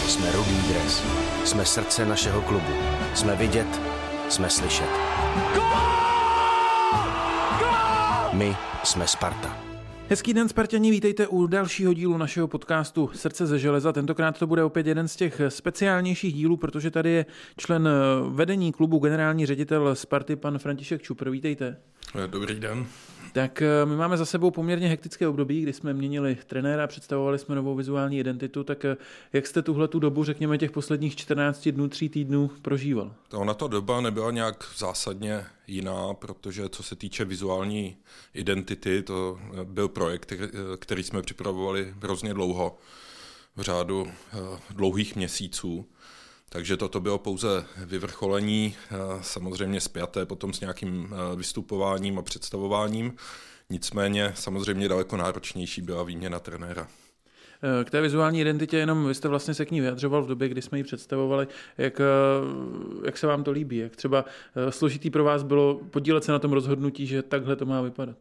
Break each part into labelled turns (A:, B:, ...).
A: Jsme Rudý dres. Jsme srdce našeho klubu. Jsme vidět, jsme slyšet. My jsme Sparta.
B: Hezký den, Sparťani, vítejte u dalšího dílu našeho podcastu Srdce ze železa. Tentokrát to bude opět jeden z těch speciálnějších dílů, protože tady je člen vedení klubu, generální ředitel Sparty, pan František Čupr. Vítejte.
C: Dobrý den.
B: Tak my máme za sebou poměrně hektické období, kdy jsme měnili trenéra, představovali jsme novou vizuální identitu, tak jak jste tuhletu dobu, řekněme těch posledních 14 dnů, 3 týdnů prožíval?
C: Ona ta doba nebyla nějak zásadně jiná, protože co se týče vizuální identity, to byl projekt, který jsme připravovali hrozně dlouho, v řádu dlouhých měsíců. Takže toto bylo pouze vyvrcholení, samozřejmě spjaté potom s nějakým vystupováním a představováním. Nicméně samozřejmě daleko náročnější byla výměna trenéra.
B: K té vizuální identitě jenom vy jste vlastně se k ní vyjadřoval v době, kdy jsme ji představovali. Jak se vám to líbí? Jak třeba složitý pro vás bylo podílet se na tom rozhodnutí, že takhle to má vypadat?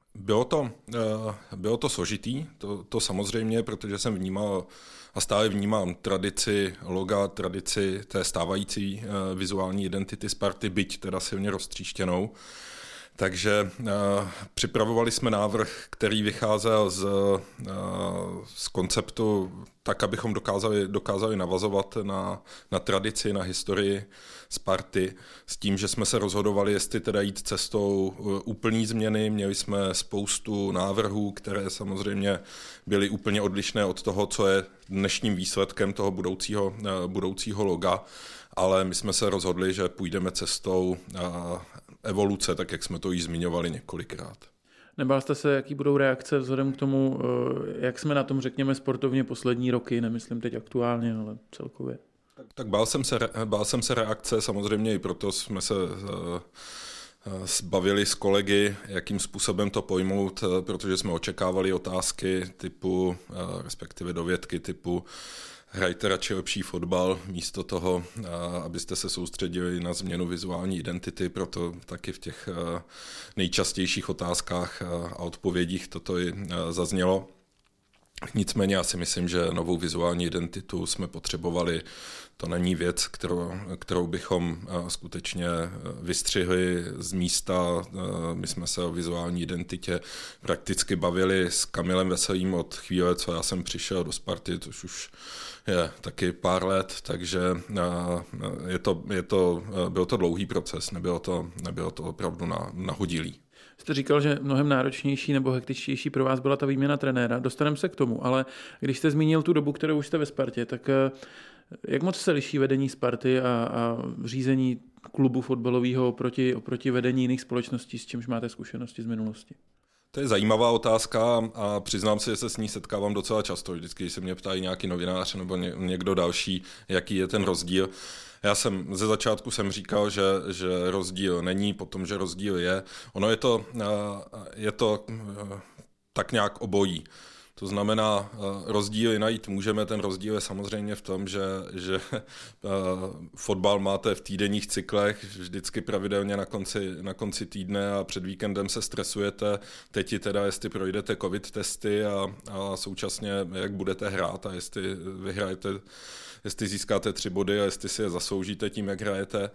C: Bylo to složitý, to samozřejmě, protože jsem vnímal a stále vnímám tradici loga, tradici té stávající vizuální identity Sparty, byť teda silně roztříštěnou. Takže připravovali jsme návrh, který vycházel z konceptu tak, abychom dokázali navazovat na tradici, na historii Sparty, s tím, že jsme se rozhodovali, jestli teda jít cestou úplný změny. Měli jsme spoustu návrhů, které samozřejmě byly úplně odlišné od toho, co je dnešním výsledkem toho budoucího loga, ale my jsme se rozhodli, že půjdeme cestou evoluce, tak jak jsme to již zmiňovali několikrát.
B: Nebál jste se, jaký budou reakce vzhledem k tomu, jak jsme na tom, řekněme, sportovně poslední roky, nemyslím teď aktuálně, ale celkově?
C: Tak bál jsem se reakce, samozřejmě i proto jsme se bavili s kolegy, jakým způsobem to pojmout, protože jsme očekávali otázky typu, respektive dovědky typu hrajte radši lepší fotbal, místo toho, abyste se soustředili na změnu vizuální identity, proto taky v těch nejčastějších otázkách a odpovědích toto i zaznělo. Nicméně já si myslím, že novou vizuální identitu jsme potřebovali. To není věc, kterou bychom skutečně vystřihli z místa. My jsme se o vizuální identitě prakticky bavili s Kamilem Veselým od chvíle, co já jsem přišel do Sparty, což už je taky pár let, takže byl to dlouhý proces, nebylo to opravdu nahodilý.
B: Jste říkal, že mnohem náročnější nebo hektičtější pro vás byla ta výměna trenéra. Dostaneme se k tomu, ale když jste zmínil tu dobu, kterou už jste ve Spartě, tak jak moc se liší vedení Sparty a řízení klubu fotbalového oproti vedení jiných společností, s čímž máte zkušenosti z minulosti?
C: To je zajímavá otázka a přiznám si, že se s ní setkávám docela často. Vždycky, když se mě ptají nějaký novinář nebo někdo další, jaký je ten rozdíl. Ze začátku jsem říkal, že rozdíl není, potom, že rozdíl je. Ono je to tak nějak obojí. To znamená, rozdíly najít můžeme, ten rozdíl je samozřejmě v tom, že fotbal máte v týdenních cyklech, vždycky pravidelně na konci týdne a před víkendem se stresujete, teď teda jestli projdete covid testy a současně jak budete hrát a jestli vyhrajete, jestli získáte 3 body a jestli si je zasloužíte tím, jak hrajete.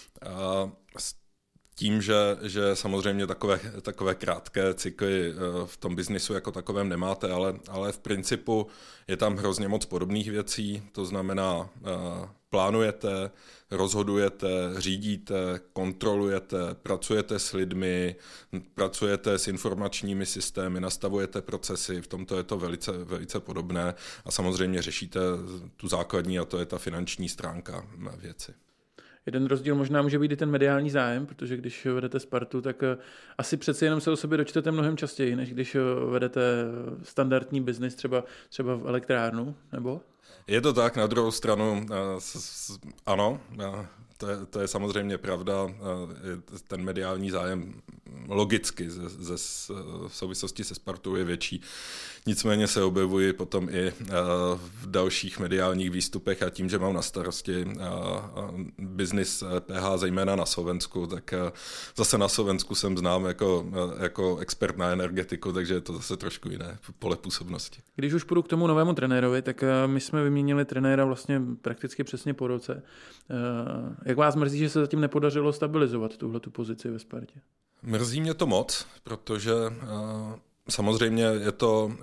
C: Tím, že samozřejmě takové krátké cykly v tom biznisu jako takovém nemáte, ale v principu je tam hrozně moc podobných věcí, to znamená plánujete, rozhodujete, řídíte, kontrolujete, pracujete s lidmi, pracujete s informačními systémy, nastavujete procesy, v tomto je to velice, velice podobné a samozřejmě řešíte tu základní a to je ta finanční stránka věci.
B: Jeden rozdíl možná může být i ten mediální zájem, protože když vedete Spartu, tak asi přeci jenom se o sobě dočtete mnohem častěji, než když vedete standardní biznis, třeba v elektrárnu, nebo?
C: Je to tak, na druhou stranu, ano, to je samozřejmě pravda, ten mediální zájem logicky v souvislosti se Spartou je větší. Nicméně se objevuji potom i v dalších mediálních výstupech a tím, že mám na starosti biznis PH, zejména na Slovensku, tak zase na Slovensku jsem znám jako expert na energetiku, takže je to zase trošku jiné pole působnosti.
B: Když už půjdu k tomu novému trenérovi, tak my jsme vyměnili trenéra vlastně prakticky přesně po roce. Jak vás mrzí, že se zatím nepodařilo stabilizovat tuhletu pozici ve Spartě?
C: Mrzí mě to moc, protože samozřejmě je to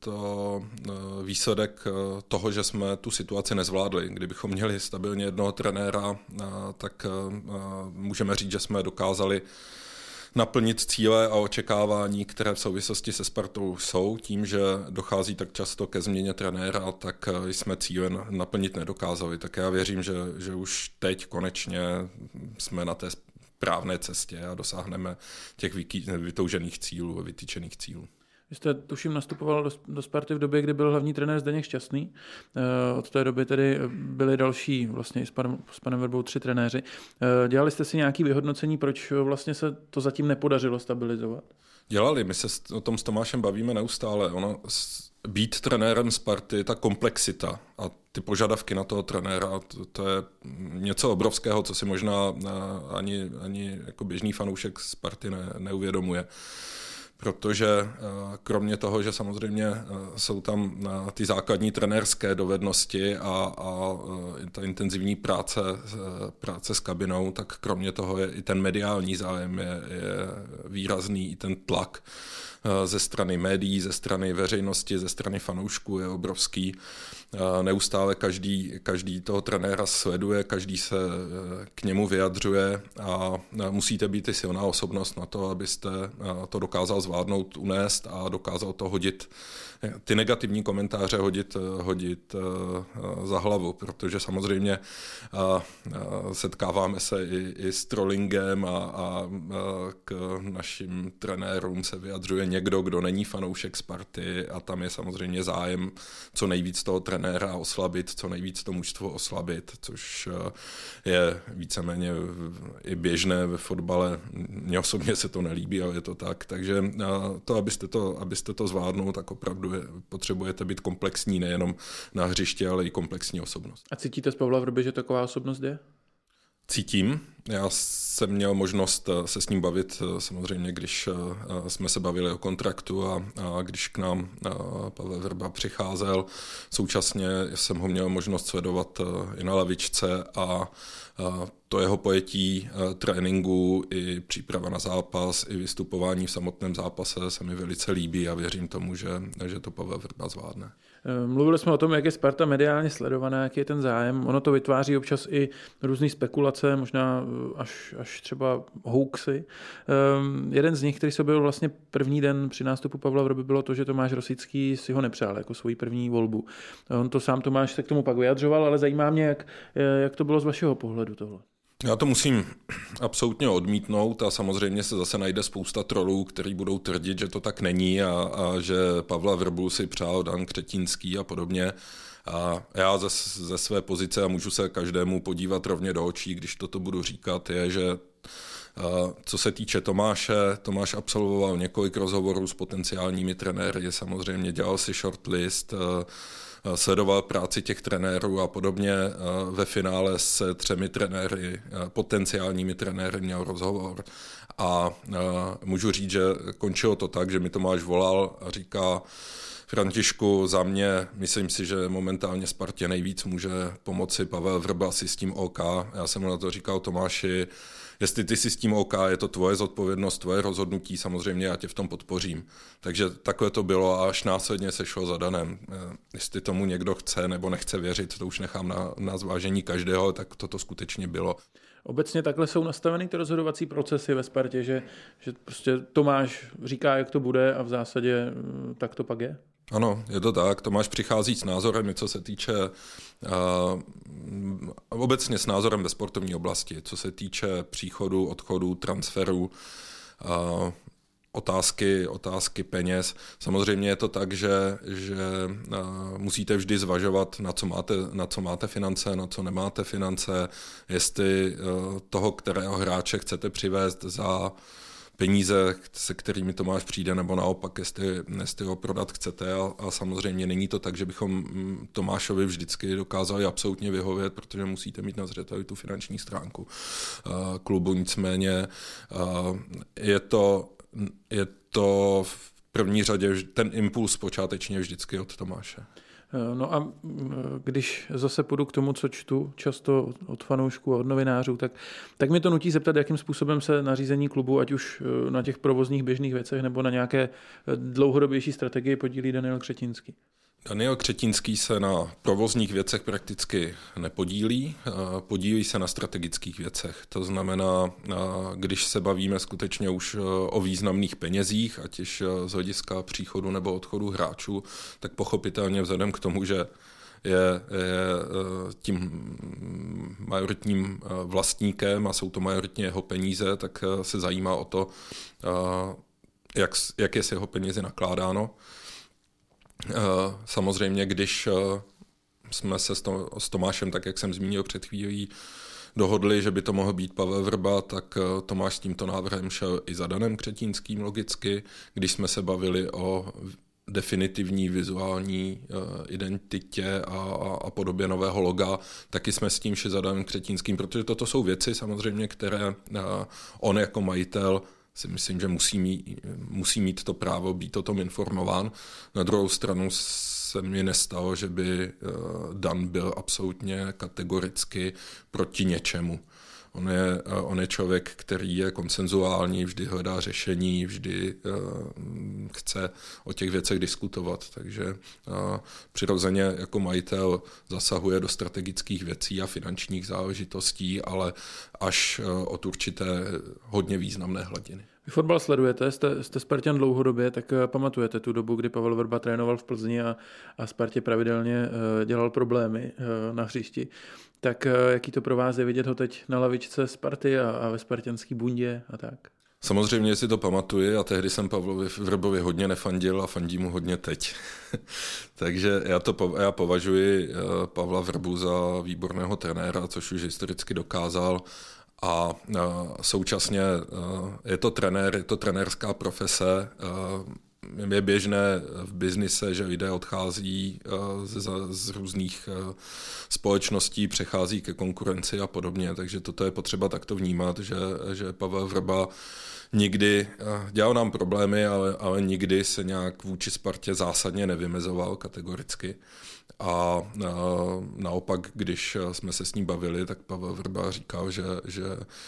C: výsledek toho, že jsme tu situaci nezvládli. Kdybychom měli stabilně jednoho trenéra, tak můžeme říct, že jsme dokázali naplnit cíle a očekávání, které v souvislosti se Spartou jsou. Tím, že dochází tak často ke změně trenéra, tak jsme cíle naplnit nedokázali. Tak já věřím, že už teď konečně jsme na té správné cestě a dosáhneme těch vytoužených cílů, vytyčených cílů.
B: Vy jste, tuším, nastupoval do Sparty v době, kdy byl hlavní trenér Zdeněk Šťastný. Od té doby tedy byli další, vlastně i s panem Vrbou 3 trenéři. Dělali jste si nějaké vyhodnocení, proč vlastně se to zatím nepodařilo stabilizovat?
C: Dělali, my se o tom s Tomášem bavíme neustále. Být trenérem Sparty, ta komplexita a ty požadavky na toho trenéra, to je něco obrovského, co si možná ani jako běžný fanoušek Sparty neuvědomuje. Protože kromě toho, že samozřejmě jsou tam ty základní trenérské dovednosti a ta intenzivní práce s kabinou, tak kromě toho je i ten mediální zájem je výrazný, i ten tlak ze strany médií, ze strany veřejnosti, ze strany fanoušků je obrovský. Neustále každý toho trenéra sleduje, každý se k němu vyjadřuje a musíte být i silná osobnost na to, abyste to dokázal zvládnout, unést a dokázal to hodit, ty negativní komentáře hodit za hlavu, protože samozřejmě setkáváme se i s trollingem a k našim trenérům se vyjadřuje někdo, kdo není fanoušek Sparty a tam je samozřejmě zájem co nejvíc toho trenéra oslabit, co nejvíc to mužstvo oslabit, což je víceméně i běžné ve fotbale. Mně osobně se to nelíbí, ale je to tak. Takže abyste to zvládnul, tak opravdu potřebujete být komplexní nejenom na hřišti, ale i komplexní osobnost.
B: A cítíte z Pavla Vrby, že taková osobnost je?
C: Cítím. Já jsem měl možnost se s ním bavit samozřejmě, když jsme se bavili o kontraktu a když k nám Pavel Vrba přicházel. Současně jsem ho měl možnost sledovat i na lavičce a to jeho pojetí tréninku i příprava na zápas, i vystupování v samotném zápase se mi velice líbí a věřím tomu, že to Pavel Vrba zvládne.
B: Mluvili jsme o tom, jak je Sparta mediálně sledovaná, jaký je ten zájem. Ono to vytváří občas i různé spekulace, možná až třeba hoaxy. Jeden z nich, který se byl vlastně první den při nástupu Pavla Vrby, bylo to, že Tomáš Rosický si ho nepřál jako svoji první volbu. On to sám Tomáš se k tomu pak vyjadřoval, ale zajímá mě, jak to bylo z vašeho pohledu tohle.
C: Já to musím absolutně odmítnout a samozřejmě se zase najde spousta trolů, kteří budou tvrdit, že to tak není a že Pavla Vrbu si přál Dan Křetínský a podobně. A já ze své pozice, a můžu se každému podívat rovně do očí, když toto budu říkat, je, že co se týče Tomáše, Tomáš absolvoval několik rozhovorů s potenciálními trenéry, samozřejmě dělal si shortlist, sledoval práci těch trenérů a podobně. Ve finále se 3 trenéry, potenciálními trenéry měl rozhovor a můžu říct, že končilo to tak, že mi Tomáš volal a říká: Františku, za mě, myslím si, že momentálně Spartě nejvíc může pomoci Pavel Vrba, si s tím OK. Já jsem mu na to říkal: Tomáši, jestli ty si s tím OK, je to tvoje zodpovědnost, tvoje rozhodnutí, samozřejmě já tě v tom podpořím. Takže takhle to bylo a až následně se šlo za Danem. Jestli tomu někdo chce nebo nechce věřit, to už nechám na zvážení každého, tak toto skutečně bylo.
B: Obecně takhle jsou nastaveny ty rozhodovací procesy ve Spartě, že prostě Tomáš říká, jak to bude a v zásadě tak to pak je?
C: Ano, je to tak. Tomáš přichází s názorem, co se týče obecně s názorem ve sportovní oblasti, co se týče příchodu, odchodu, transferu, otázky peněz. Samozřejmě je to tak, že musíte vždy zvažovat, na co máte finance, na co nemáte finance, jestli toho, kterého hráče chcete přivést za peníze, se kterými Tomáš přijde, nebo naopak, jestli ho prodat chcete. A samozřejmě není to tak, že bychom Tomášovi vždycky dokázali absolutně vyhovět, protože musíte mít na zřeteli tu finanční stránku klubu. Nicméně je to v první řadě ten impuls počátečně vždycky od Tomáše.
B: No a když zase půjdu k tomu, co čtu často od fanoušků a od novinářů, tak mi to nutí zeptat, jakým způsobem se na řízení klubu, ať už na těch provozních běžných věcech nebo na nějaké dlouhodobější strategii podílí Daniel Křetínský.
C: Daniel Křetínský se na provozních věcech prakticky nepodílí, podílí se na strategických věcech. To znamená, když se bavíme skutečně už o významných penězích, ať už z hlediska příchodu nebo odchodu hráčů, tak pochopitelně vzhledem k tomu, že je tím majoritním vlastníkem a jsou to majoritně jeho peníze, tak se zajímá o to, jak je s jeho penězi nakládáno. Samozřejmě, když jsme se s Tomášem, tak jak jsem zmínil před chvílí, dohodli, že by to mohl být Pavel Vrba, tak Tomáš s tímto návrhem šel i za Danem Křetínským logicky. Když jsme se bavili o definitivní vizuální identitě a podobě nového loga, taky jsme s tím šli za Danem Křetínským, protože toto jsou věci samozřejmě, které on jako majitel si myslím, že musí mít to právo být o tom informován. Na druhou stranu se mi nestalo, že by Dan byl absolutně kategoricky proti něčemu. On je člověk, který je konsenzuální, vždy hledá řešení, vždy chce o těch věcech diskutovat, takže přirozeně jako majitel zasahuje do strategických věcí a finančních záležitostí, ale až od určité hodně významné hladiny.
B: Vy fotbal sledujete, jste Spartan dlouhodobě, tak pamatujete tu dobu, kdy Pavel Vrba trénoval v Plzni a Spartě pravidelně dělal problémy na hřišti. Tak jaký to pro vás je vidět ho teď na lavičce Sparty a ve spartanský bundě a tak?
C: Samozřejmě si to pamatuji a tehdy jsem Pavlovi Vrbovi hodně nefandil a fandím mu hodně teď. Takže já považuji Pavla Vrbu za výborného trenéra, což už historicky dokázal. A současně je to trenérská profese. Je běžné v biznise, že lidé odchází z různých společností, přechází ke konkurenci a podobně, takže toto je potřeba takto vnímat, že Pavel Vrba nikdy dělal nám problémy, ale nikdy se nějak vůči Spartě zásadně nevymezoval kategoricky. A naopak, když jsme se s ním bavili, tak Pavel Vrba říkal, že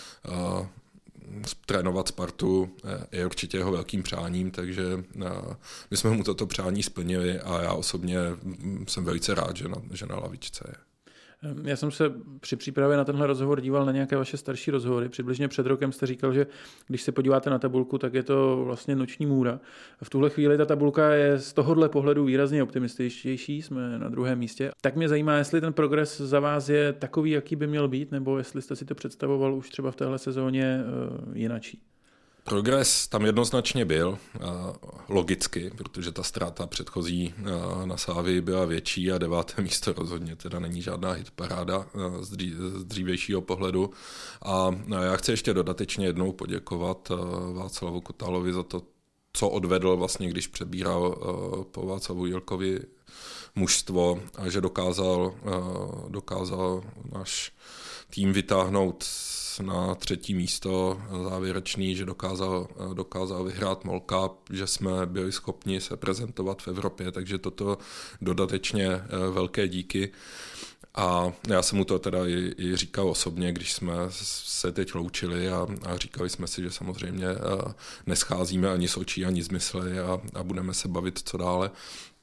C: trénovat Spartu je určitě jeho velkým přáním, takže my jsme mu toto přání splnili a já osobně jsem velice rád, že na lavičce je.
B: Já jsem se při přípravě na tenhle rozhovor díval na nějaké vaše starší rozhovory. Přibližně před rokem jste říkal, že když se podíváte na tabulku, tak je to vlastně noční můra. V tuhle chvíli ta tabulka je z tohohle pohledu výrazně optimističtější, jsme na druhém místě. Tak mě zajímá, jestli ten progres za vás je takový, jaký by měl být, nebo jestli jste si to představoval už třeba v téhle sezóně jinačí.
C: Progres tam jednoznačně byl, logicky, protože ta ztráta předchozí na Slávii byla větší a 9. místo rozhodně teda není žádná hitparáda z dřívějšího pohledu. A já chci ještě dodatečně jednou poděkovat Václavu Kotalovi za to, co odvedl vlastně, když přebíral po Václavu Jílkovi mužstvo a že dokázal náš tým vytáhnout na 3. místo závěrečný, že dokázal vyhrát MOL Cup, že jsme byli schopni se prezentovat v Evropě, takže toto dodatečně velké díky. A já jsem mu to teda i říkal osobně, když jsme se teď loučili a říkali jsme si, že samozřejmě nescházíme ani z očí, ani z mysli a budeme se bavit co dále.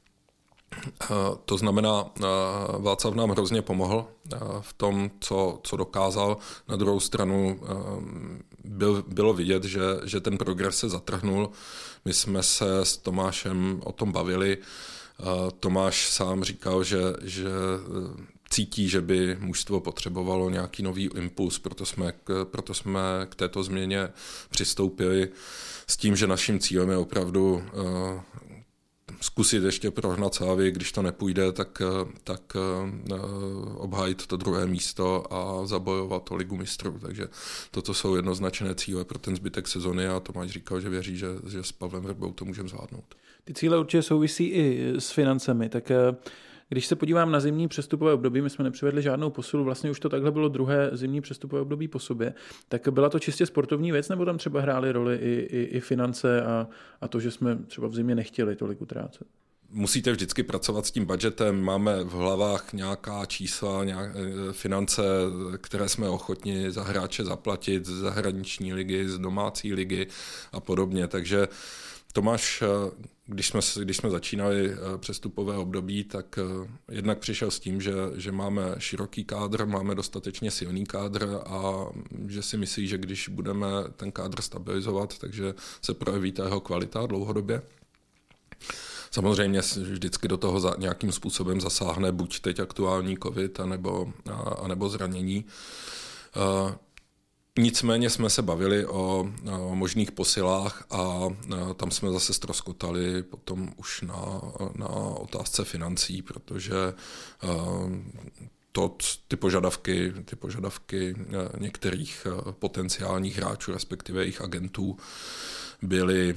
C: To znamená, Václav nám hrozně pomohl v tom, co dokázal. Na druhou stranu bylo vidět, že ten progres se zatrhnul. My jsme se s Tomášem o tom bavili. Tomáš sám říkal, že cítí, že by mužstvo potřebovalo nějaký nový impuls, proto jsme k této změně přistoupili s tím, že naším cílem je opravdu zkusit ještě prohnat Slávii, když to nepůjde, tak obhájit to 2. místo a zabojovat o Ligu mistrů. Takže toto jsou jednoznačné cíle pro ten zbytek sezony a Tomáš říkal, že věří, že s Pavlem Vrbou to můžeme zvládnout.
B: Ty cíle určitě souvisí i s financemi, tak když se podívám na zimní přestupové období, my jsme nepřivedli žádnou posilu, vlastně už to takhle bylo druhé zimní přestupové období po sobě, tak byla to čistě sportovní věc, nebo tam třeba hrály roli i finance a to, že jsme třeba v zimě nechtěli tolik utrácet?
C: musíte vždycky pracovat s tím budgetem, máme v hlavách nějaká čísla, finance, které jsme ochotni za hráče zaplatit z zahraniční ligy, z domácí ligy a podobně, takže Tomáš, když jsme začínali přestupové období, tak jednak přišel s tím, že máme široký kádr, máme dostatečně silný kádr a že si myslí, že když budeme ten kádr stabilizovat, takže se projeví ta jeho kvalita dlouhodobě. Samozřejmě vždycky do toho nějakým způsobem zasáhne buď teď aktuální covid, anebo zranění. Nicméně jsme se bavili o možných posilách a tam jsme zase ztroskotali potom už na otázce financí, protože ty požadavky některých potenciálních hráčů, respektive jejich agentů, byly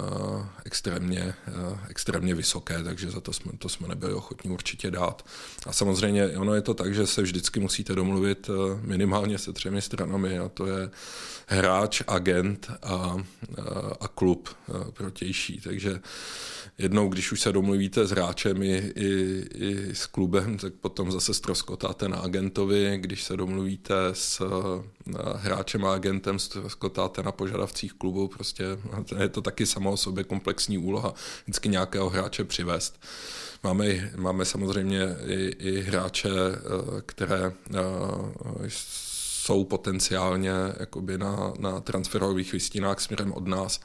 C: extrémně vysoké, takže za to jsme nebyli ochotní určitě dát. A samozřejmě ono je to tak, že se vždycky musíte domluvit minimálně se 3 stranami, a to je hráč, agent a klub protější. Takže jednou, když už se domluvíte s hráčem i s klubem, tak potom zase ztroskotáte na agentovi, když se domluvíte s hráčem a agentem, ztroskotáte na požadavcích klubu, prostě je to taky samo o sobě komplexní úloha vždycky nějakého hráče přivést. Máme samozřejmě i hráče, které jsou potenciálně jakoby na transferových listinách směrem od nás,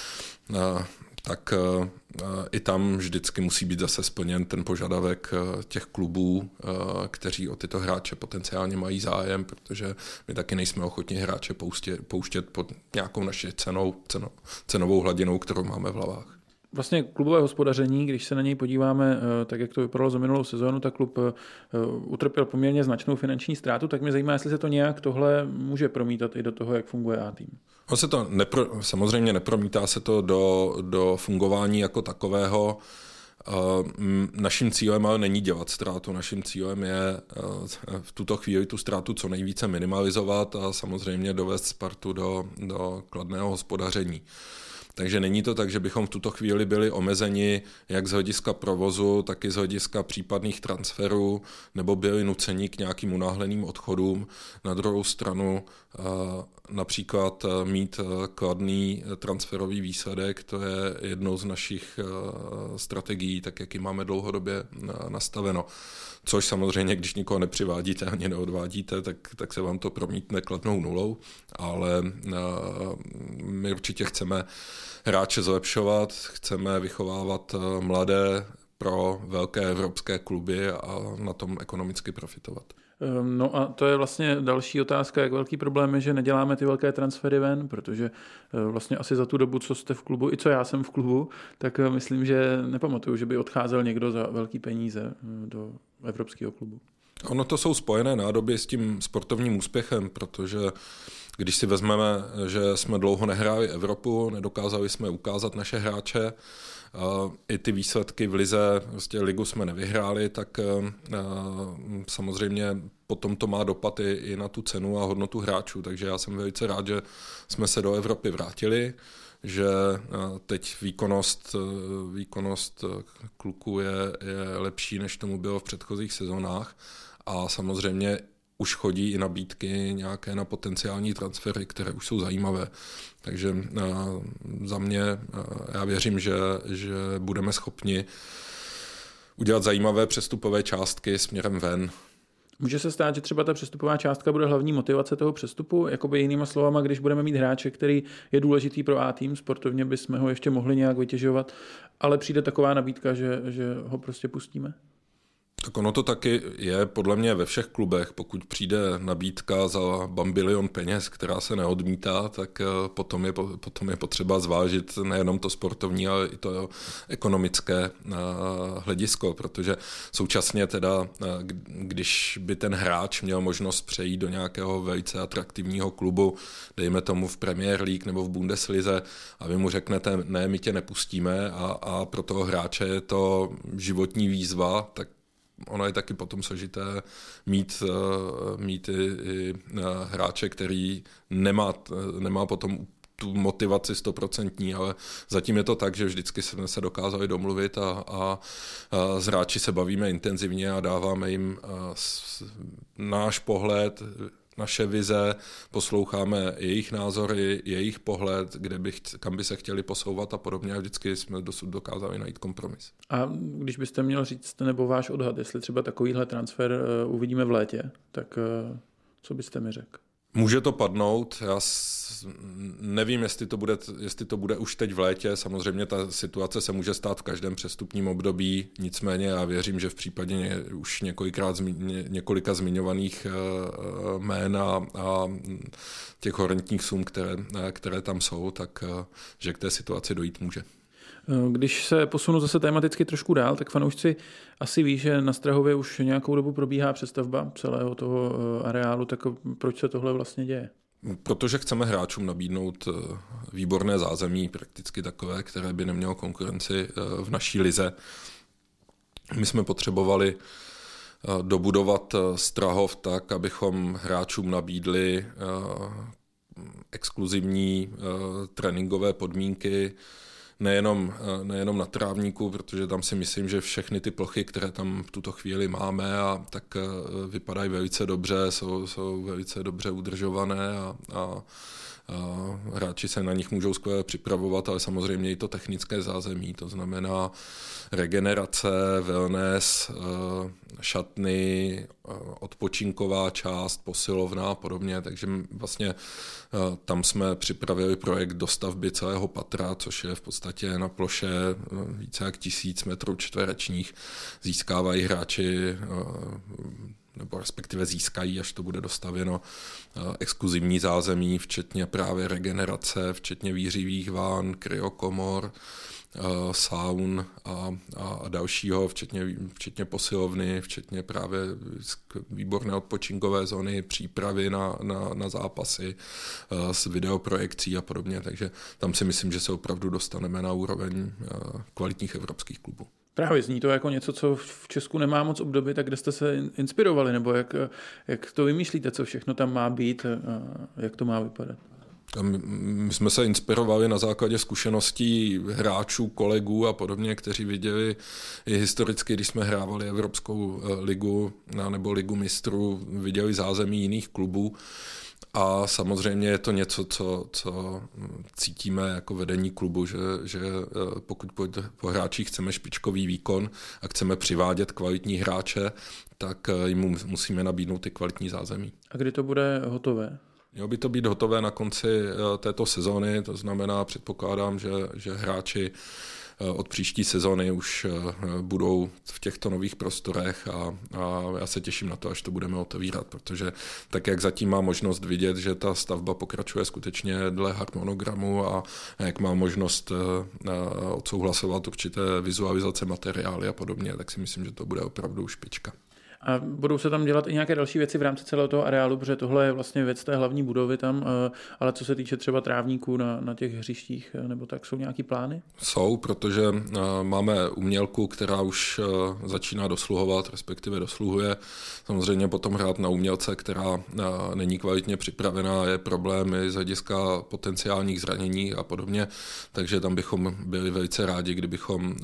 C: tak i tam vždycky musí být zase splněn ten požadavek těch klubů, kteří o tyto hráče potenciálně mají zájem, protože my taky nejsme ochotni hráče pouštět pod nějakou naši cenovou hladinou, kterou máme v hlavách.
B: Vlastně klubové hospodaření, když se na něj podíváme, tak jak to vypadalo za minulou sezónu, tak klub utrpěl poměrně značnou finanční ztrátu, tak mě zajímá, jestli se to nějak tohle může promítat i do toho, jak funguje A-tým.
C: Samozřejmě nepromítá se to do fungování jako takového. Naším cílem ale není dělat ztrátu, naším cílem je v tuto chvíli tu ztrátu co nejvíce minimalizovat a samozřejmě dovést Spartu do kladného hospodaření. Takže není to tak, že bychom v tuto chvíli byli omezeni jak z hlediska provozu, tak i z hlediska případných transferů, nebo byli nuceni k nějakým unáhleným odchodům. Na druhou stranu například mít kladný transferový výsledek, to je jednou z našich strategií, tak jak ji máme dlouhodobě nastaveno. Což samozřejmě, když nikoho nepřivádíte ani neodvádíte, tak se vám to promítne kladnou nulou, ale my určitě chceme hráče zlepšovat, chceme vychovávat mladé pro velké evropské kluby a na tom ekonomicky profitovat.
B: No a to je vlastně další otázka, jak velký problém je, že neděláme ty velké transfery ven, protože vlastně asi za tu dobu, co jste v klubu, i co já jsem v klubu, tak myslím, že nepamatuju, že by odcházel někdo za velký peníze do evropského klubu.
C: Ono to jsou spojené nádoby s tím sportovním úspěchem, protože když si vezmeme, že jsme dlouho nehráli Evropu, nedokázali jsme ukázat naše hráče, i ty výsledky v lize, prostě ligu jsme nevyhráli, tak samozřejmě potom to má dopad i na tu cenu a hodnotu hráčů. Takže já jsem velice rád, že jsme se do Evropy vrátili, že teď výkonnost kluků je lepší, než tomu bylo v předchozích sezónách a samozřejmě už chodí i nabídky nějaké na potenciální transfery, které už jsou zajímavé. Takže za mě já věřím, že budeme schopni udělat zajímavé přestupové částky směrem ven.
B: Může se stát, že třeba ta přestupová částka bude hlavní motivace toho přestupu? Jakoby jinýma slovama, když budeme mít hráče, který je důležitý pro A-tým, sportovně bychom ho ještě mohli nějak vytěžovat, ale přijde taková nabídka, že ho prostě pustíme?
C: Tak ono to taky je podle mě ve všech klubech. Pokud přijde nabídka za bambilion peněz, která se neodmítá, tak potom je potřeba zvážit nejenom to sportovní, ale i to ekonomické hledisko, protože současně teda, když by ten hráč měl možnost přejít do nějakého velice atraktivního klubu, dejme tomu v Premier League nebo v Bundeslize, a vy mu řeknete, ne, my tě nepustíme a pro toho hráče je to životní výzva, tak ono je taky potom složité mít i hráče, který nemá potom tu motivaci 100%, ale zatím je to tak, že vždycky jsme se dokázali domluvit a s hráči se bavíme intenzivně a dáváme jim náš pohled, naše vize, posloucháme jejich názory, jejich pohled, kam by se chtěli posouvat a podobně a vždycky jsme dosud dokázali najít kompromis.
B: A když byste měl říct, nebo váš odhad, jestli třeba takovýhle transfer uvidíme v létě, tak co byste mi řekl?
C: Může to padnout, já nevím, jestli to bude už teď v létě, samozřejmě ta situace se může stát v každém přestupním období, nicméně já věřím, že v případě už několika zmiňovaných jmén a těch horentních sum, které tam jsou, tak že k té situaci dojít může.
B: Když se posunu zase tematicky trošku dál, tak fanoušci asi ví, že na Strahově už nějakou dobu probíhá přestavba celého toho areálu, tak proč se tohle vlastně děje?
C: Protože chceme hráčům nabídnout výborné zázemí, prakticky takové, které by nemělo konkurenci v naší lize. My jsme potřebovali dobudovat Strahov tak, abychom hráčům nabídli exkluzivní tréninkové podmínky, nejenom na trávníku, protože tam si myslím, že všechny ty plochy, které tam v tuto chvíli máme, tak vypadají velice dobře, jsou velice dobře udržované a hráči se na nich můžou skvěle připravovat, ale samozřejmě i to technické zázemí, to znamená regenerace, wellness, šatny, odpočinková část, posilovna a podobně, takže vlastně tam jsme připravili projekt dostavby celého patra, což je v podstatě na ploše více jak 1000 metrů čtverečních. Získávají hráči nebo respektive získají, až to bude dostavěno, exkluzivní zázemí, včetně právě regenerace, včetně výřivých ván, kryokomor, saun a dalšího, včetně posilovny, včetně právě výborné odpočinkové zóny, přípravy na zápasy s videoprojekcí a podobně, takže tam si myslím, že se opravdu dostaneme na úroveň kvalitních evropských klubů.
B: Právě zní to jako něco, co v Česku nemá moc obdoby, tak kde jste se inspirovali, nebo jak to vymýšlíte, co všechno tam má být, jak to má vypadat?
C: My jsme se inspirovali na základě zkušeností hráčů, kolegů a podobně, kteří viděli i historicky, když jsme hrávali Evropskou ligu nebo Ligu mistrů, viděli zázemí jiných klubů. A samozřejmě je to něco, co cítíme jako vedení klubu, že pokud po hráčích chceme špičkový výkon a chceme přivádět kvalitní hráče, tak jim musíme nabídnout ty kvalitní zázemí.
B: A kdy to bude hotové?
C: Mělo by to být hotové na konci této sezóny, to znamená, předpokládám, že hráči od příští sezóny už budou v těchto nových prostorech a já se těším na to, až to budeme otevírat, protože tak, jak zatím má možnost vidět, že ta stavba pokračuje skutečně dle harmonogramu a jak má možnost odsouhlasovat určité vizualizace materiály a podobně, tak si myslím, že to bude opravdu špička.
B: A budou se tam dělat i nějaké další věci v rámci celého toho areálu, protože tohle je vlastně věc té hlavní budovy tam, ale co se týče třeba trávníků na těch hřištích, nebo tak, jsou nějaký plány?
C: Jsou, protože máme umělku, která už začíná dosluhovat, respektive dosluhuje. Samozřejmě potom hrát na umělce, která není kvalitně připravená, je problém i z hlediska potenciálních zranění a podobně, takže tam bychom byli velice rádi, kdybychom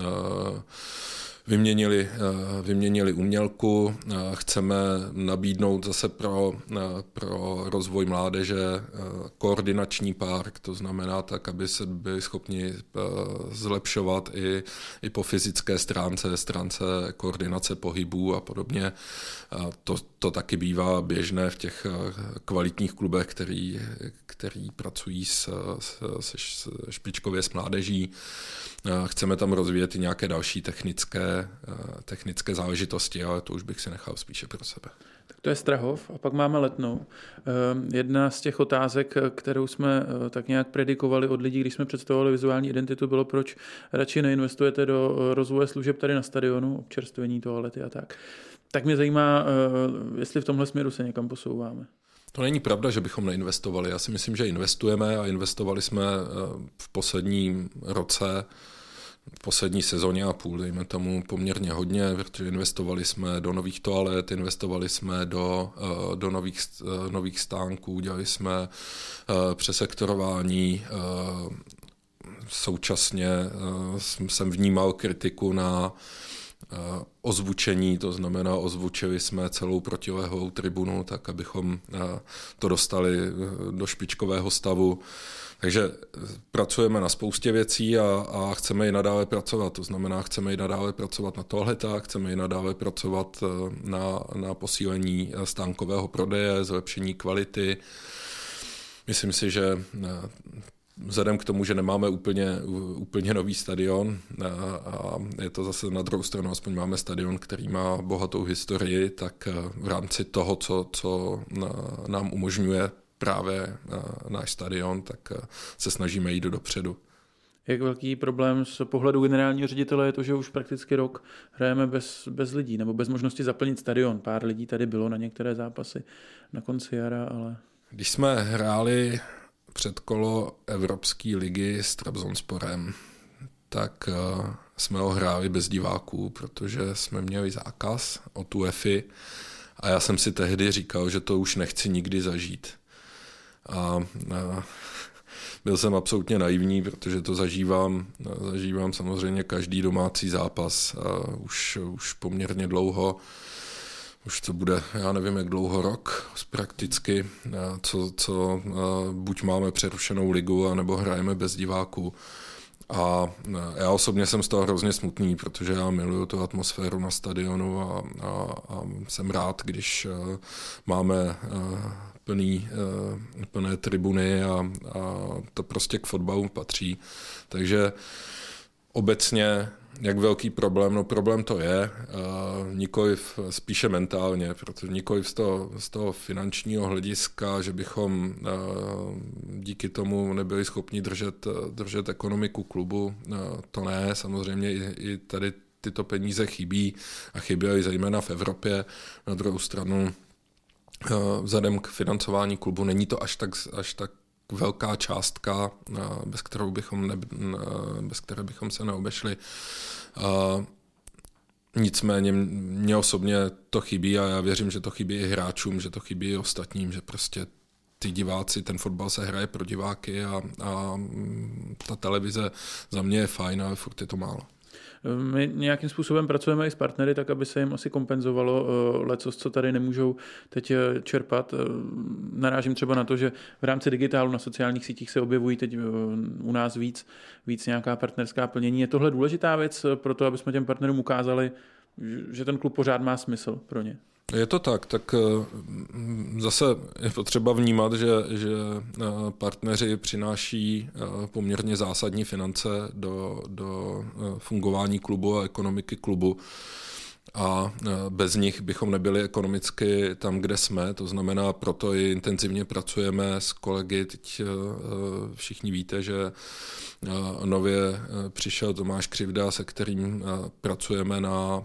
C: vyměnili umělku, chceme nabídnout zase pro rozvoj mládeže koordinační park, to znamená tak, aby se byli schopni zlepšovat i po fyzické stránce koordinace pohybů a podobně. To taky bývá běžné v těch kvalitních klubech, který pracují se špičkově s mládeží. Chceme tam rozvíjet i nějaké další technické záležitosti, ale to už bych si nechal spíše pro sebe.
B: Tak to je Strahov a pak máme Letnou. Jedna z těch otázek, kterou jsme tak nějak predikovali od lidí, když jsme představovali vizuální identitu, bylo, proč radši neinvestujete do rozvoje služeb tady na stadionu, občerstvení, toalety a tak. Tak mě zajímá, jestli v tomhle směru se někam posouváme.
C: To není pravda, že bychom neinvestovali. Já si myslím, že investujeme a investovali jsme v posledním roce poslední sezóně a půl, dejme tomu poměrně hodně, protože investovali jsme do nových toalet, investovali jsme do nových stánků, dělali jsme přesektorování. Současně jsem vnímal kritiku na ozvučení, to znamená ozvučili jsme celou protilehlou tribunu, tak abychom to dostali do špičkového stavu. Takže pracujeme na spoustě věcí a chceme i nadále pracovat. To znamená, chceme i nadále pracovat na toaletách, chceme i nadále pracovat na posílení stánkového prodeje, zlepšení kvality. Myslím si, že vzhledem k tomu, že nemáme úplně nový stadion a je to zase na druhou stranu, aspoň máme stadion, který má bohatou historii, tak v rámci toho, co nám umožňuje právě náš stadion, tak se snažíme jít dopředu.
B: Jak velký problém z pohledu generálního ředitele je to, že už prakticky rok hrajeme bez lidí, nebo bez možnosti zaplnit stadion. Pár lidí tady bylo na některé zápasy na konci jara, ale...
C: Když jsme hráli předkolo Evropské ligy s Trabzonsporem, tak jsme ho hráli bez diváků, protože jsme měli zákaz od UEFI a já jsem si tehdy říkal, že to už nechci nikdy zažít. A byl jsem absolutně naivní, protože to zažívám samozřejmě každý domácí zápas už poměrně dlouho. Už to bude, já nevím, jak dlouho, rok prakticky, co buď máme přerušenou ligu, anebo hrajeme bez diváků. A já osobně jsem z toho hrozně smutný, protože já miluju tu atmosféru na stadionu a jsem rád, když máme plné tribuny a to prostě k fotbalu patří. Takže obecně, jak velký problém? No problém to je, nikoliv spíše mentálně, protože nikoliv z toho finančního hlediska, že bychom díky tomu nebyli schopni držet ekonomiku klubu, to ne, samozřejmě i tady tyto peníze chybí a chyběly zejména v Evropě. Na druhou stranu, vzhledem k financování klubu není to až tak velká částka, bez které bychom se neobešli. Nicméně mně osobně to chybí a já věřím, že to chybí i hráčům, že to chybí i ostatním, že prostě ty diváci, ten fotbal se hraje pro diváky a ta televize za mě je fajn, ale furt je to málo.
B: My nějakým způsobem pracujeme i s partnery, tak aby se jim asi kompenzovalo lecos, co tady nemůžou teď čerpat. Narážím třeba na to, že v rámci digitálu na sociálních sítích se objevují teď u nás víc nějaká partnerská plnění. Je tohle důležitá věc pro to, aby jsme těm partnerům ukázali, že ten klub pořád má smysl pro ně?
C: Je to tak zase je potřeba vnímat, že partneři přináší poměrně zásadní finance do fungování klubu a ekonomiky klubu. A bez nich bychom nebyli ekonomicky tam, kde jsme. To znamená, proto i intenzivně pracujeme s kolegy. Teď všichni víte, že nově přišel Tomáš Křivda, se kterým pracujeme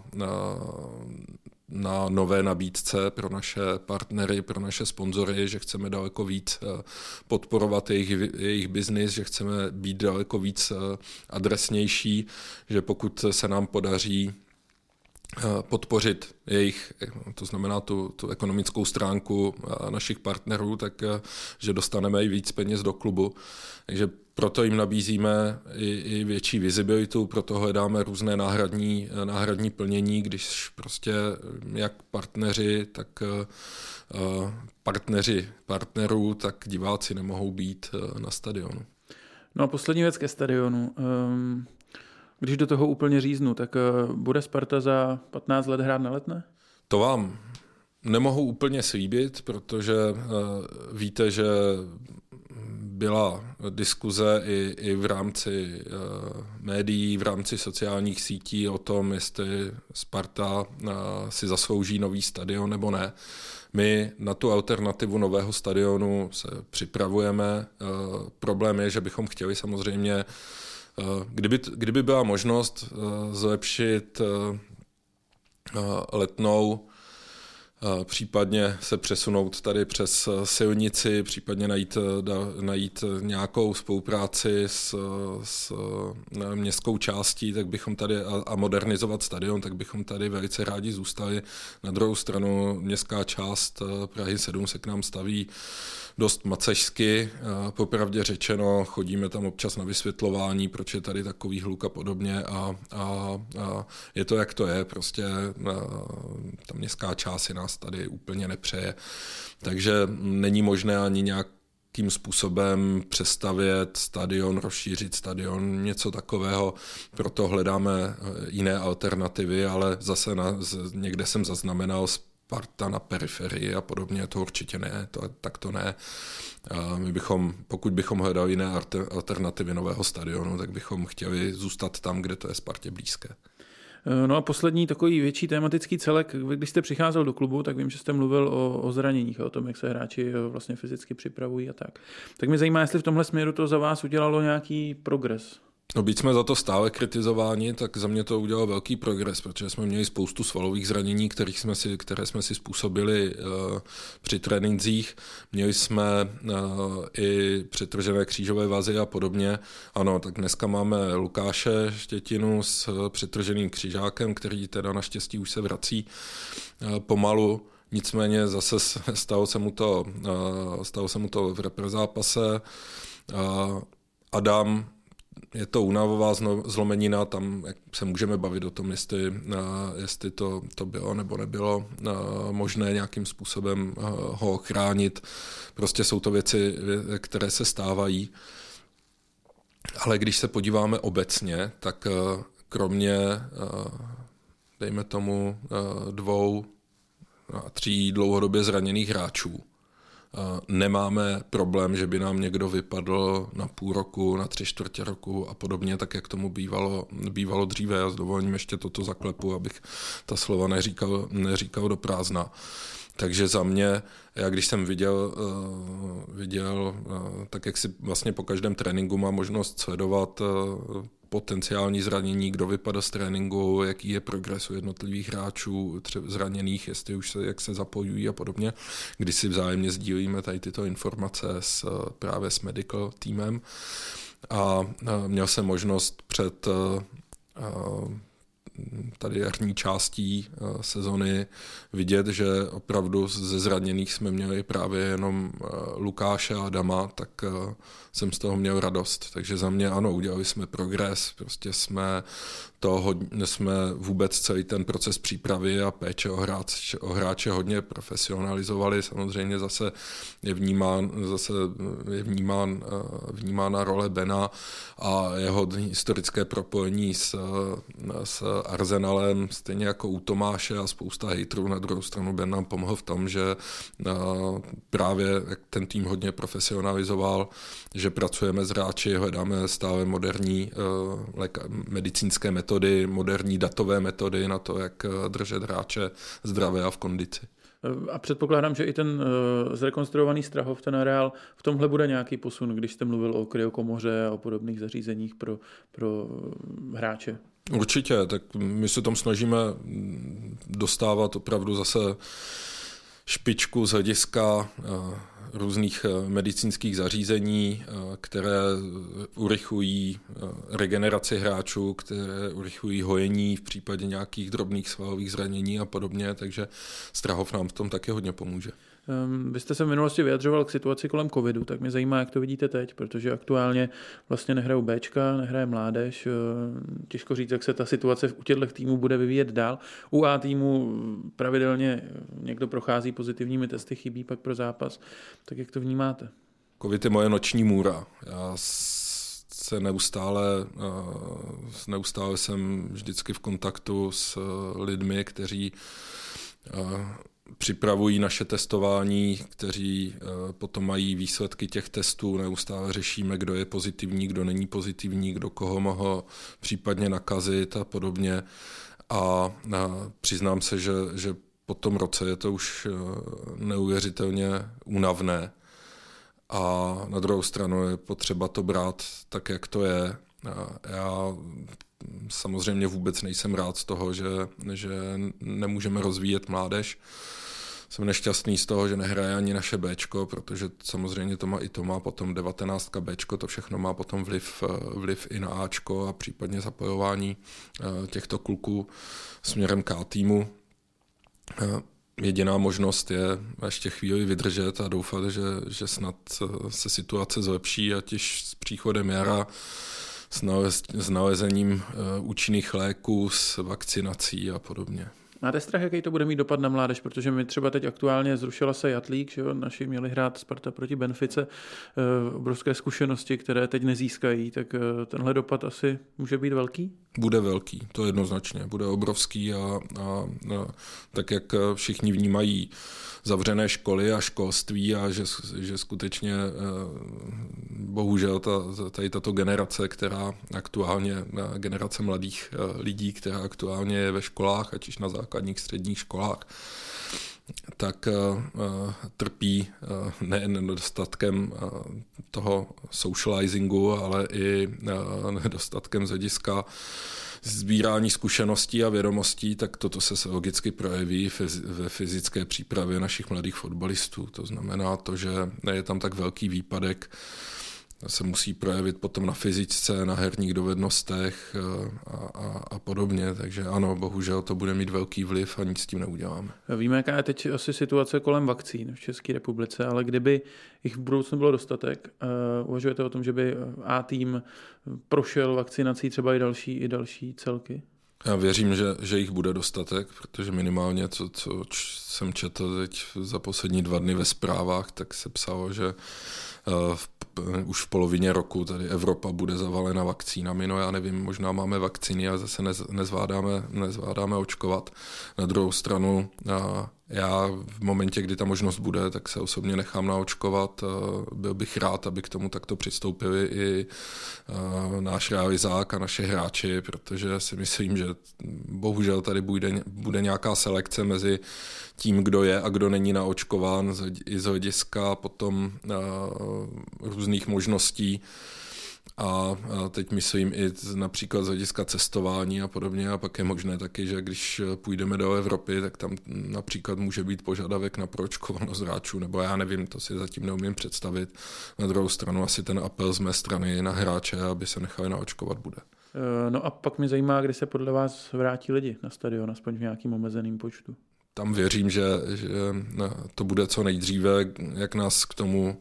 C: na nové nabídce pro naše partnery, pro naše sponzory, že chceme daleko víc podporovat jejich biznis, že chceme být daleko víc adresnější, že pokud se nám podaří podpořit jejich, to znamená tu ekonomickou stránku našich partnerů, tak že dostaneme i víc peněz do klubu. Takže proto jim nabízíme i větší vizibilitu, proto hledáme různé náhradní plnění, když prostě jak partneři, tak partnerů, tak diváci nemohou být na stadionu.
B: No a poslední věc ke stadionu. Když do toho úplně říznu, tak bude Sparta za 15 let hrát na Letné?
C: To vám nemohu úplně slíbit, protože víte, že byla diskuze i v rámci médií, v rámci sociálních sítí o tom, jestli Sparta si zaslouží nový stadion nebo ne. My na tu alternativu nového stadionu se připravujeme. Problém je, že bychom chtěli samozřejmě, kdyby byla možnost zlepšit Letnou případně se přesunout tady přes silnici, případně najít nějakou spolupráci s městskou částí, tak bychom tady a modernizovat stadion, tak bychom tady velice rádi zůstali. Na druhou stranu městská část Prahy 7 se k nám staví dost macežsky, popravdě řečeno, chodíme tam občas na vysvětlování, proč je tady takový hluk a podobně a je to, jak to je, prostě ta městská část si nás tady úplně nepřeje. Takže není možné ani nějakým způsobem přestavět stadion, rozšířit stadion, něco takového, proto hledáme jiné alternativy, ale zase někde jsem zaznamenal Sparta na periferii a podobně, to určitě ne, tak to ne. Pokud bychom hledali jiné alternativy nového stadionu, tak bychom chtěli zůstat tam, kde to je Spartě blízké.
B: No a poslední takový větší tematický celek, když jste přicházel do klubu, tak vím, že jste mluvil o zraněních, o tom, jak se hráči vlastně fyzicky připravují a tak. Tak mě zajímá, jestli v tomhle směru to za vás udělalo nějaký progres.
C: No, byť jsme za to stále kritizováni, tak za mě to udělalo velký progres, protože jsme měli spoustu svalových zranění, které jsme si způsobili při trénincích. Měli jsme i přetržené křížové vazy a podobně. Ano, tak dneska máme Lukáše Štětinu s přetrženým křižákem, který teda naštěstí už se vrací pomalu. Nicméně zase stalo se mu to v reprezápase. Adam, je to únavová zlomenina, tam se můžeme bavit o tom, jestli to bylo nebo nebylo možné nějakým způsobem ho chránit. Prostě jsou to věci, které se stávají. Ale když se podíváme obecně, tak kromě, dejme tomu, 2 a 3 dlouhodobě zraněných hráčů, nemáme problém, že by nám někdo vypadl na půl roku, na 3/4 roku a podobně, tak jak tomu bývalo dříve. Já s dovolením ještě toto zaklepu, abych ta slova neříkal do prázdna. Takže za mě, já když jsem viděl, tak jak si vlastně po každém tréninku mám možnost sledovat potenciální zranění, kdo vypadl z tréninku, jaký je progres u jednotlivých hráčů třeba zraněných, jestli už jak se zapojují a podobně, když si vzájemně sdílíme tady tyto informace právě s medical týmem. A měl jsem možnost před tady jarní částí sezony vidět, že opravdu ze zraněných jsme měli právě jenom Lukáše a Adama, tak jsem z toho měl radost. Takže za mě ano, udělali jsme progres, prostě jsme vůbec celý ten proces přípravy a péče o hráče hodně profesionalizovali. Samozřejmě zase je vnímána role Bena a jeho historické propojení s Arsenalem, stejně jako u Tomáše a spousta hejtrů. Na druhou stranu Ben nám pomohl v tom, že právě ten tým hodně profesionalizoval, že pracujeme s hráči, hledáme stále moderní medicínské metody, moderní datové metody na to, jak držet hráče zdravé a v kondici.
B: A předpokládám, že i ten zrekonstruovaný Strahov, ten areál, v tomhle bude nějaký posun, když jste mluvil o kryokomoře a o podobných zařízeních pro hráče.
C: Určitě, tak my se tam snažíme dostávat opravdu zase špičku z hlediska různých medicínských zařízení, které urychlují regeneraci hráčů, které urychlují hojení v případě nějakých drobných svalových zranění a podobně, takže Strahov nám v tom taky hodně pomůže.
B: Vy jste se v minulosti vyjadřoval k situaci kolem covidu, tak mě zajímá, jak to vidíte teď, protože aktuálně vlastně nehrajou Bčka, nehraje mládež, těžko říct, jak se ta situace u těchto týmů bude vyvíjet dál. U A týmu pravidelně někdo prochází pozitivními testy, chybí pak pro zápas, tak jak to vnímáte?
C: Covid je moje noční můra. Já se neustále jsem vždycky v kontaktu s lidmi, kteří připravují naše testování, kteří potom mají výsledky těch testů. Neustále řešíme, kdo je pozitivní, kdo není pozitivní, kdo koho mohl případně nakazit a podobně. A přiznám se, že po tom roce je to už neuvěřitelně únavné. A na druhou stranu je potřeba to brát tak, jak to je. Já samozřejmě vůbec nejsem rád z toho, že nemůžeme rozvíjet mládež. jsem nešťastný z toho, že nehraje ani naše Bčko, protože samozřejmě to má potom 19 Bčko, to všechno má potom vliv i na Ačko a případně zapojování těchto kluků směrem k A-týmu. Jediná možnost je ještě chvíli vydržet a doufat, že snad se situace zlepší, ať již s příchodem jara, s nalezením účinných léků, s vakcinací a podobně.
B: Máte strach, jaký to bude mít dopad na mládež, protože my třeba teď aktuálně zrušila se Jatlík, že jo? Naši měli hrát Sparta proti Benfice, obrovské zkušenosti, které teď nezískají, tak tenhle dopad asi může být velký?
C: Bude velký, to jednoznačně, bude obrovský a tak, jak všichni vnímají zavřené školy a školství a že skutečně bohužel tato generace, která aktuálně, generace mladých lidí, která aktuálně je ve školách, ať už na základních, středních školách, tak trpí nejen nedostatkem toho socializingu, ale i nedostatkem z hlediska sbírání zkušeností a vědomostí, tak toto se logicky projeví ve fyzické přípravě našich mladých fotbalistů. To znamená to, že je tam tak velký výpadek, se musí projevit potom na fyzice, na herních dovednostech a podobně. Takže ano, bohužel to bude mít velký vliv a nic s tím neuděláme.
B: Víme, jaká je teď asi situace kolem vakcín v České republice, ale kdyby jich v budoucnu bylo dostatek, uvažujete o tom, že by A-tým prošel vakcinací třeba i další celky?
C: Já věřím, že jich bude dostatek, protože minimálně, co jsem četl teď za poslední 2 dny ve zprávách, tak se psalo, že už v polovině roku tady Evropa bude zavalena vakcínami. No já nevím, možná máme vakcíny a zase nezvládáme očkovat. Na druhou stranu já v momentě, kdy ta možnost bude, tak se osobně nechám naočkovat. Byl bych rád, aby k tomu takto přistoupili i náš realizák a naše hráči, protože si myslím, že bohužel tady bude nějaká selekce mezi tím, kdo je a kdo není naočkován i z hlediska potom různých možností. A teď myslím i například z hlediska cestování a podobně. A pak je možné taky, že když půjdeme do Evropy, tak tam například může být požadavek na proočkovanost hráčů, nebo já nevím, to si zatím neumím představit. Na druhou stranu asi ten apel z mé strany na hráče, aby se nechali naočkovat, bude.
B: No a pak mě zajímá, kdy se podle vás vrátí lidi na stadion, aspoň v nějakým omezeným počtu.
C: Tam věřím, že to bude co nejdříve, jak nás k tomu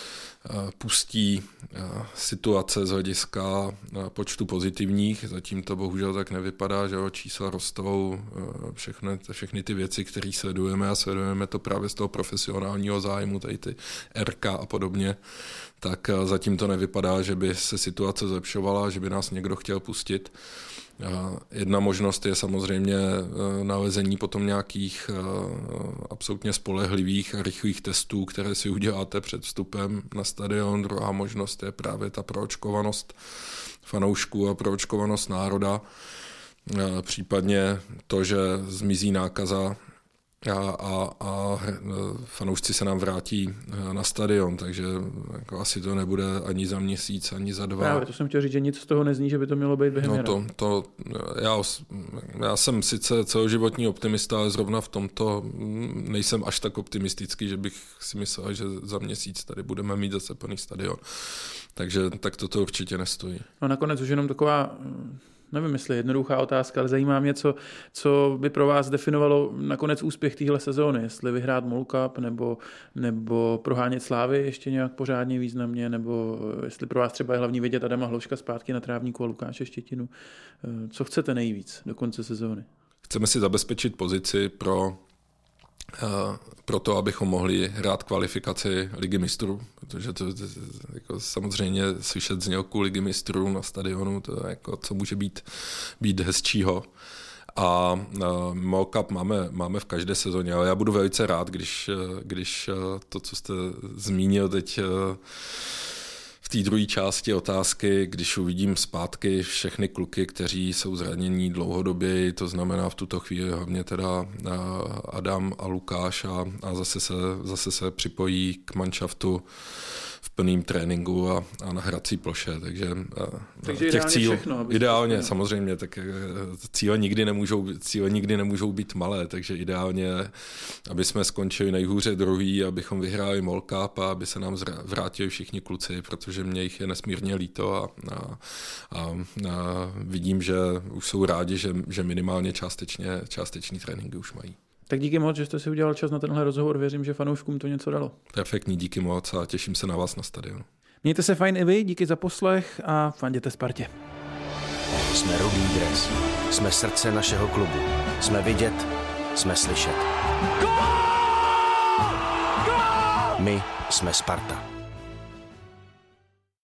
C: pustí situace z hlediska počtu pozitivních. Zatím to bohužel tak nevypadá, že čísla rostou, všechny ty věci, které sledujeme a sledujeme to právě z toho profesionálního zájmu, tady ty RK a podobně, tak zatím to nevypadá, že by se situace zlepšovala, že by nás někdo chtěl pustit. Jedna možnost je samozřejmě nalezení potom nějakých absolutně spolehlivých a rychlých testů, které si uděláte před vstupem na stadion. Druhá možnost je právě ta proočkovanost fanoušků a proočkovanost národa. Případně to, že zmizí nákaza a fanoušci se nám vrátí na stadion, takže jako asi to nebude ani za měsíc, ani za 2.
B: Právě to jsem chtěl říct, že nic z toho nezní, že by to mělo být během jara.
C: Já jsem sice celoživotní optimista, ale zrovna v tomto nejsem až tak optimistický, že bych si myslel, že za měsíc tady budeme mít zase plný stadion. Takže tak toto určitě nestojí.
B: No nakonec už jenom taková, nevím, jestli jednoduchá otázka, ale zajímá mě, co by pro vás definovalo nakonec úspěch téhle sezóny. Jestli vyhrát MOL Cup, nebo prohánět Slávy ještě nějak pořádně významně, nebo jestli pro vás třeba je hlavní vidět Adama Hloška zpátky na trávníku a Lukáše Štětinu. Co chcete nejvíc do konce sezóny?
C: Chceme si zabezpečit pozici pro to, abychom mohli hrát kvalifikaci Ligy mistrů, protože to jako samozřejmě slyšet znělku Ligy mistrů na stadionu, to jako, co může být hezčího. A MOL Cup máme v každé sezóně, ale já budu velice rád, když to, co jste zmínil teď v té druhé části otázky, když uvidím zpátky všechny kluky, kteří jsou zranění dlouhodobě, to znamená v tuto chvíli hlavně teda Adam a Lukáš a zase se připojí k manšaftu v plným tréninku a na hrací ploše, takže
B: těch cílů
C: ideálně samozřejmě, tak cíle nikdy nemůžou být malé, takže ideálně, aby jsme skončili nejhůře druhý, abychom vyhráli MOL Cup a aby se nám vrátili všichni kluci, protože mě jich je nesmírně líto a vidím, že už jsou rádi, že minimálně částečný tréninky už mají.
B: Tak díky moc, že jste si udělal čas na tenhle rozhovor. Věřím, že fanouškům to něco dalo.
C: Perfektní, díky moc a těším se na vás na stadionu.
B: Mějte se fajn i vy, díky za poslech a fanděte Spartě.
A: Jsme Rudý dres, jsme srdce našeho klubu, jsme vidět, jsme slyšet. My jsme Sparta.